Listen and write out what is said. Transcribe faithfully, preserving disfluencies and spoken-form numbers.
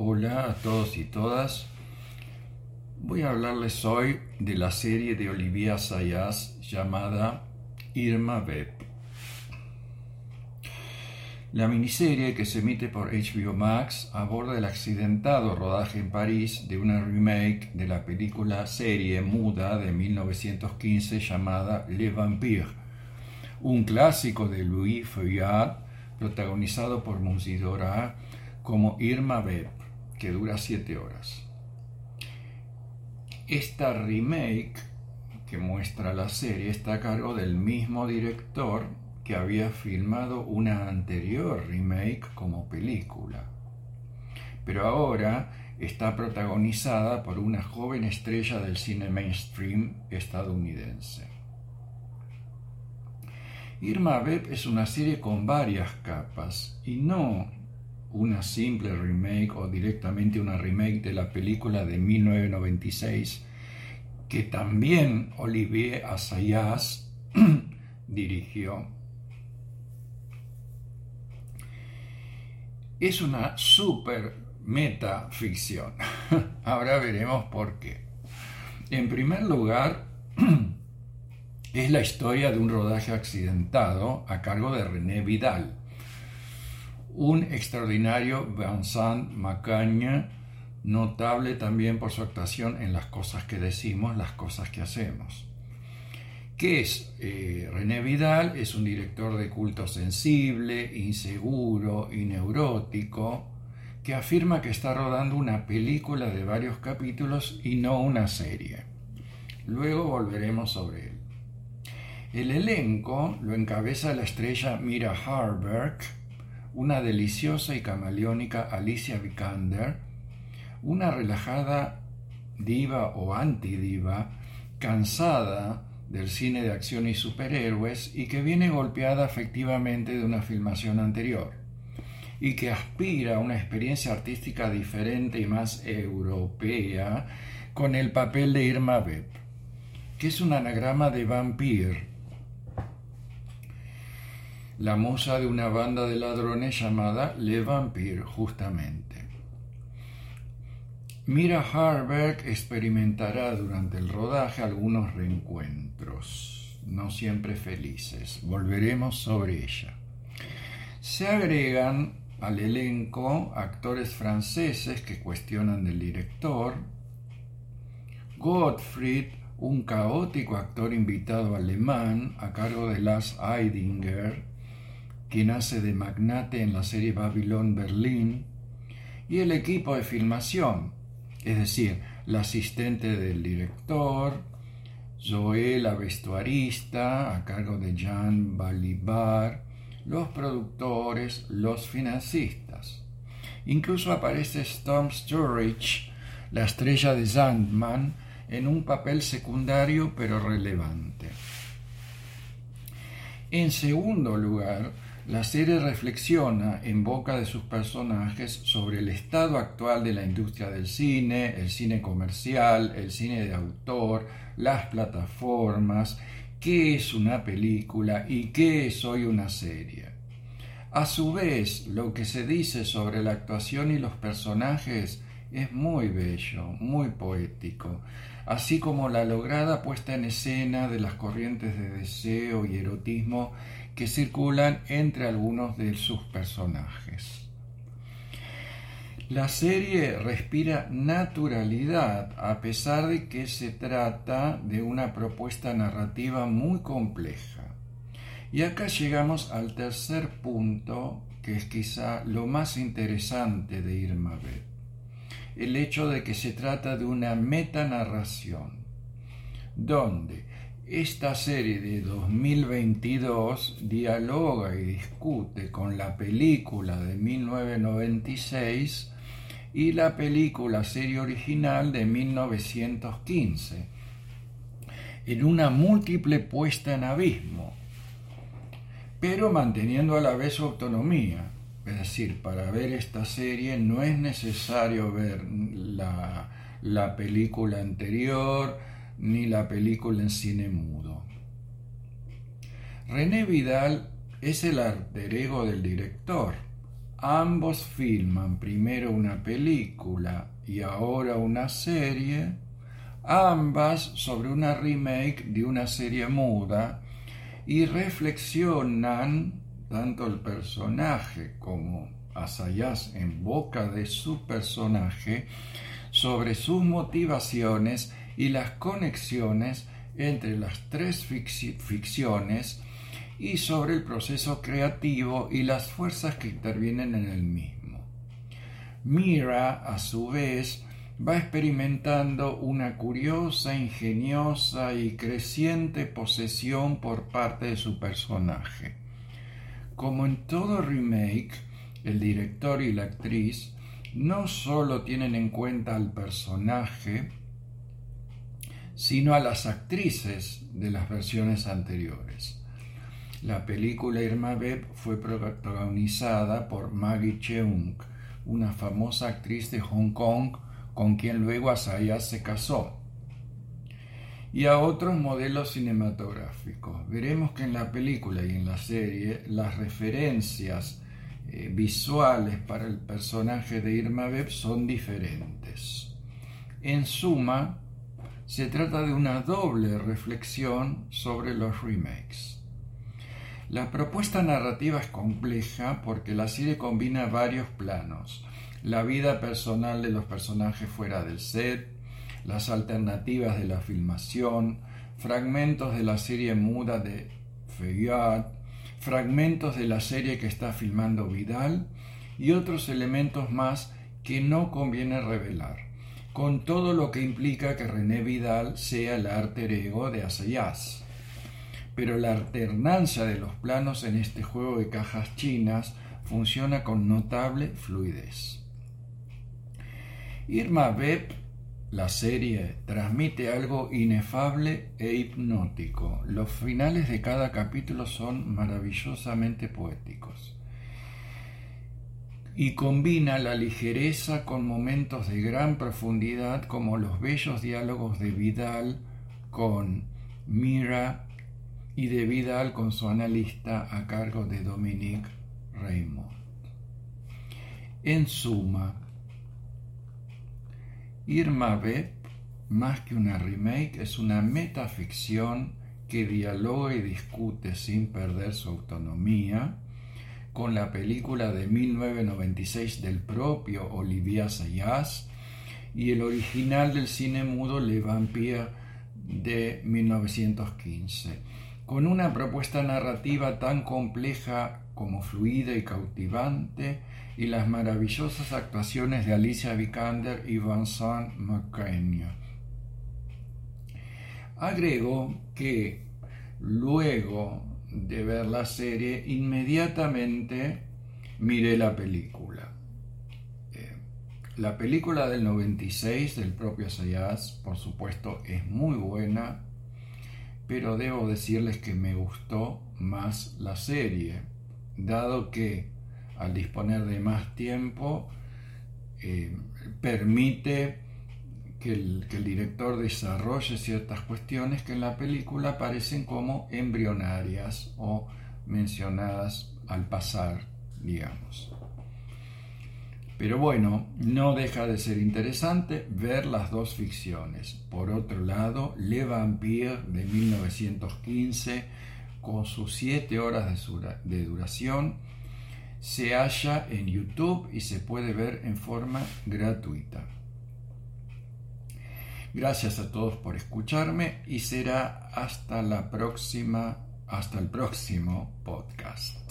Hola a todos y todas. Voy a hablarles hoy de la serie de Olivier Assayas llamada Irma Vep. La miniserie, que se emite por H B O Max, aborda el accidentado rodaje en París de una remake de la película serie muda de mil novecientos quince llamada Les Vampires, un clásico de Louis Feuillade protagonizado por Moussi-Dora como Irma Vep, que dura siete horas. Esta remake que muestra la serie está a cargo del mismo director que había filmado una anterior remake como película, pero ahora está protagonizada por una joven estrella del cine mainstream estadounidense. Irma Vep es una serie con varias capas y no una simple remake o directamente una remake de la película de mil novecientos noventa y seis que también Olivier Assayas dirigió. Es una super metaficción. Ahora veremos por qué. En primer lugar, es la historia de un rodaje accidentado a cargo de René Vidal, un extraordinario Vincent Macaigne, notable también por su actuación en Las cosas que decimos, las cosas que hacemos. ¿Qué es? Eh, René Vidal es un director de culto sensible, inseguro y neurótico, que afirma que está rodando una película de varios capítulos y no una serie. Luego volveremos sobre él. El elenco lo encabeza la estrella Mira Harberg, una deliciosa y camaleónica Alicia Vikander, una relajada diva o antidiva, cansada del cine de acción y superhéroes y que viene golpeada afectivamente de una filmación anterior, y que aspira a una experiencia artística diferente y más europea con el papel de Irma Vep, que es un anagrama de vampire, la musa de una banda de ladrones llamada Les Vampires, justamente. Mira Harberg experimentará durante el rodaje algunos reencuentros, no siempre felices. Volveremos sobre ella. Se agregan al elenco actores franceses que cuestionan del director. Gottfried, un caótico actor invitado alemán a cargo de Lars Eidinger, quien hace de magnate en la serie Babylon Berlin, y el equipo de filmación, es decir, la asistente del director, Zoé la vestuarista, a cargo de Jean Balibar, los productores, los financistas. Incluso aparece Storm Sturridge, la estrella de Sandman, en un papel secundario pero relevante. En segundo lugar, la serie reflexiona en boca de sus personajes sobre el estado actual de la industria del cine, el cine comercial, el cine de autor, las plataformas, qué es una película y qué es hoy una serie. A su vez, lo que se dice sobre la actuación y los personajes es muy bello, muy poético, así como la lograda puesta en escena de las corrientes de deseo y erotismo que circulan entre algunos de sus personajes. La serie respira naturalidad, a pesar de que se trata de una propuesta narrativa muy compleja. Y acá llegamos al tercer punto, que es quizá lo más interesante de Irma Vep: el hecho de que se trata de una metanarración, donde esta serie de dos mil veintidós dialoga y discute con la película de mil novecientos noventa y seis y la película serie original de mil novecientos quince, en una múltiple puesta en abismo, pero manteniendo a la vez su autonomía. Es decir, para ver esta serie no es necesario ver la, la película anterior ni la película en cine mudo. René Vidal es el alter ego del director, ambos filman primero una película y ahora una serie, ambas sobre una remake de una serie muda, y reflexionan tanto el personaje como Asayas en boca de su personaje sobre sus motivaciones y las conexiones entre las tres fic- ficciones y sobre el proceso creativo y las fuerzas que intervienen en el mismo. Mira, a su vez, va experimentando una curiosa, ingeniosa y creciente posesión por parte de su personaje. Como en todo remake, el director y la actriz no solo tienen en cuenta al personaje, sino a las actrices de las versiones anteriores. La película Irma Vep fue protagonizada por Maggie Cheung, una famosa actriz de Hong Kong con quien luego Asayas se casó, y a otros modelos cinematográficos. Veremos que en la película y en la serie las referencias eh, visuales para el personaje de Irma Vep son diferentes. En suma, se trata de una doble reflexión sobre los remakes. La propuesta narrativa es compleja porque la serie combina varios planos: la vida personal de los personajes fuera del set, las alternativas de la filmación, fragmentos de la serie muda de Feyard, fragmentos de la serie que está filmando Vidal y otros elementos más que no conviene revelar, con todo lo que implica que René Vidal sea el alter ego de Asayas. Pero la alternancia de los planos en este juego de cajas chinas funciona con notable fluidez. Irma Vep, la serie, transmite algo inefable e hipnótico. Los finales de cada capítulo son maravillosamente poéticos y combina la ligereza con momentos de gran profundidad, como los bellos diálogos de Vidal con Mira y de Vidal con su analista a cargo de Dominique Raymond. En suma, Irma Vep, más que una remake, es una metaficción que dialoga y discute sin perder su autonomía con la película de mil novecientos noventa y seis del propio Olivier Assayas y el original del cine mudo Le Vampire de mil novecientos quince, con una propuesta narrativa tan compleja como fluida y cautivante, y las maravillosas actuaciones de Alicia Vikander y Vincent Macaigne. Agrego que luego de ver la serie, inmediatamente miré la película. Eh, la película del noventa y seis del propio Assayas, por supuesto, es muy buena, pero debo decirles que me gustó más la serie, dado que al disponer de más tiempo eh, permite que el, que el director desarrolle ciertas cuestiones que en la película parecen como embrionarias o mencionadas al pasar, digamos. Pero bueno, no deja de ser interesante ver las dos ficciones. Por otro lado, Le Vampire de mil novecientos quince, con sus siete horas de, sura, de duración, se halla en YouTube y se puede ver en forma gratuita. Gracias a todos por escucharme y será hasta la próxima, hasta el próximo podcast.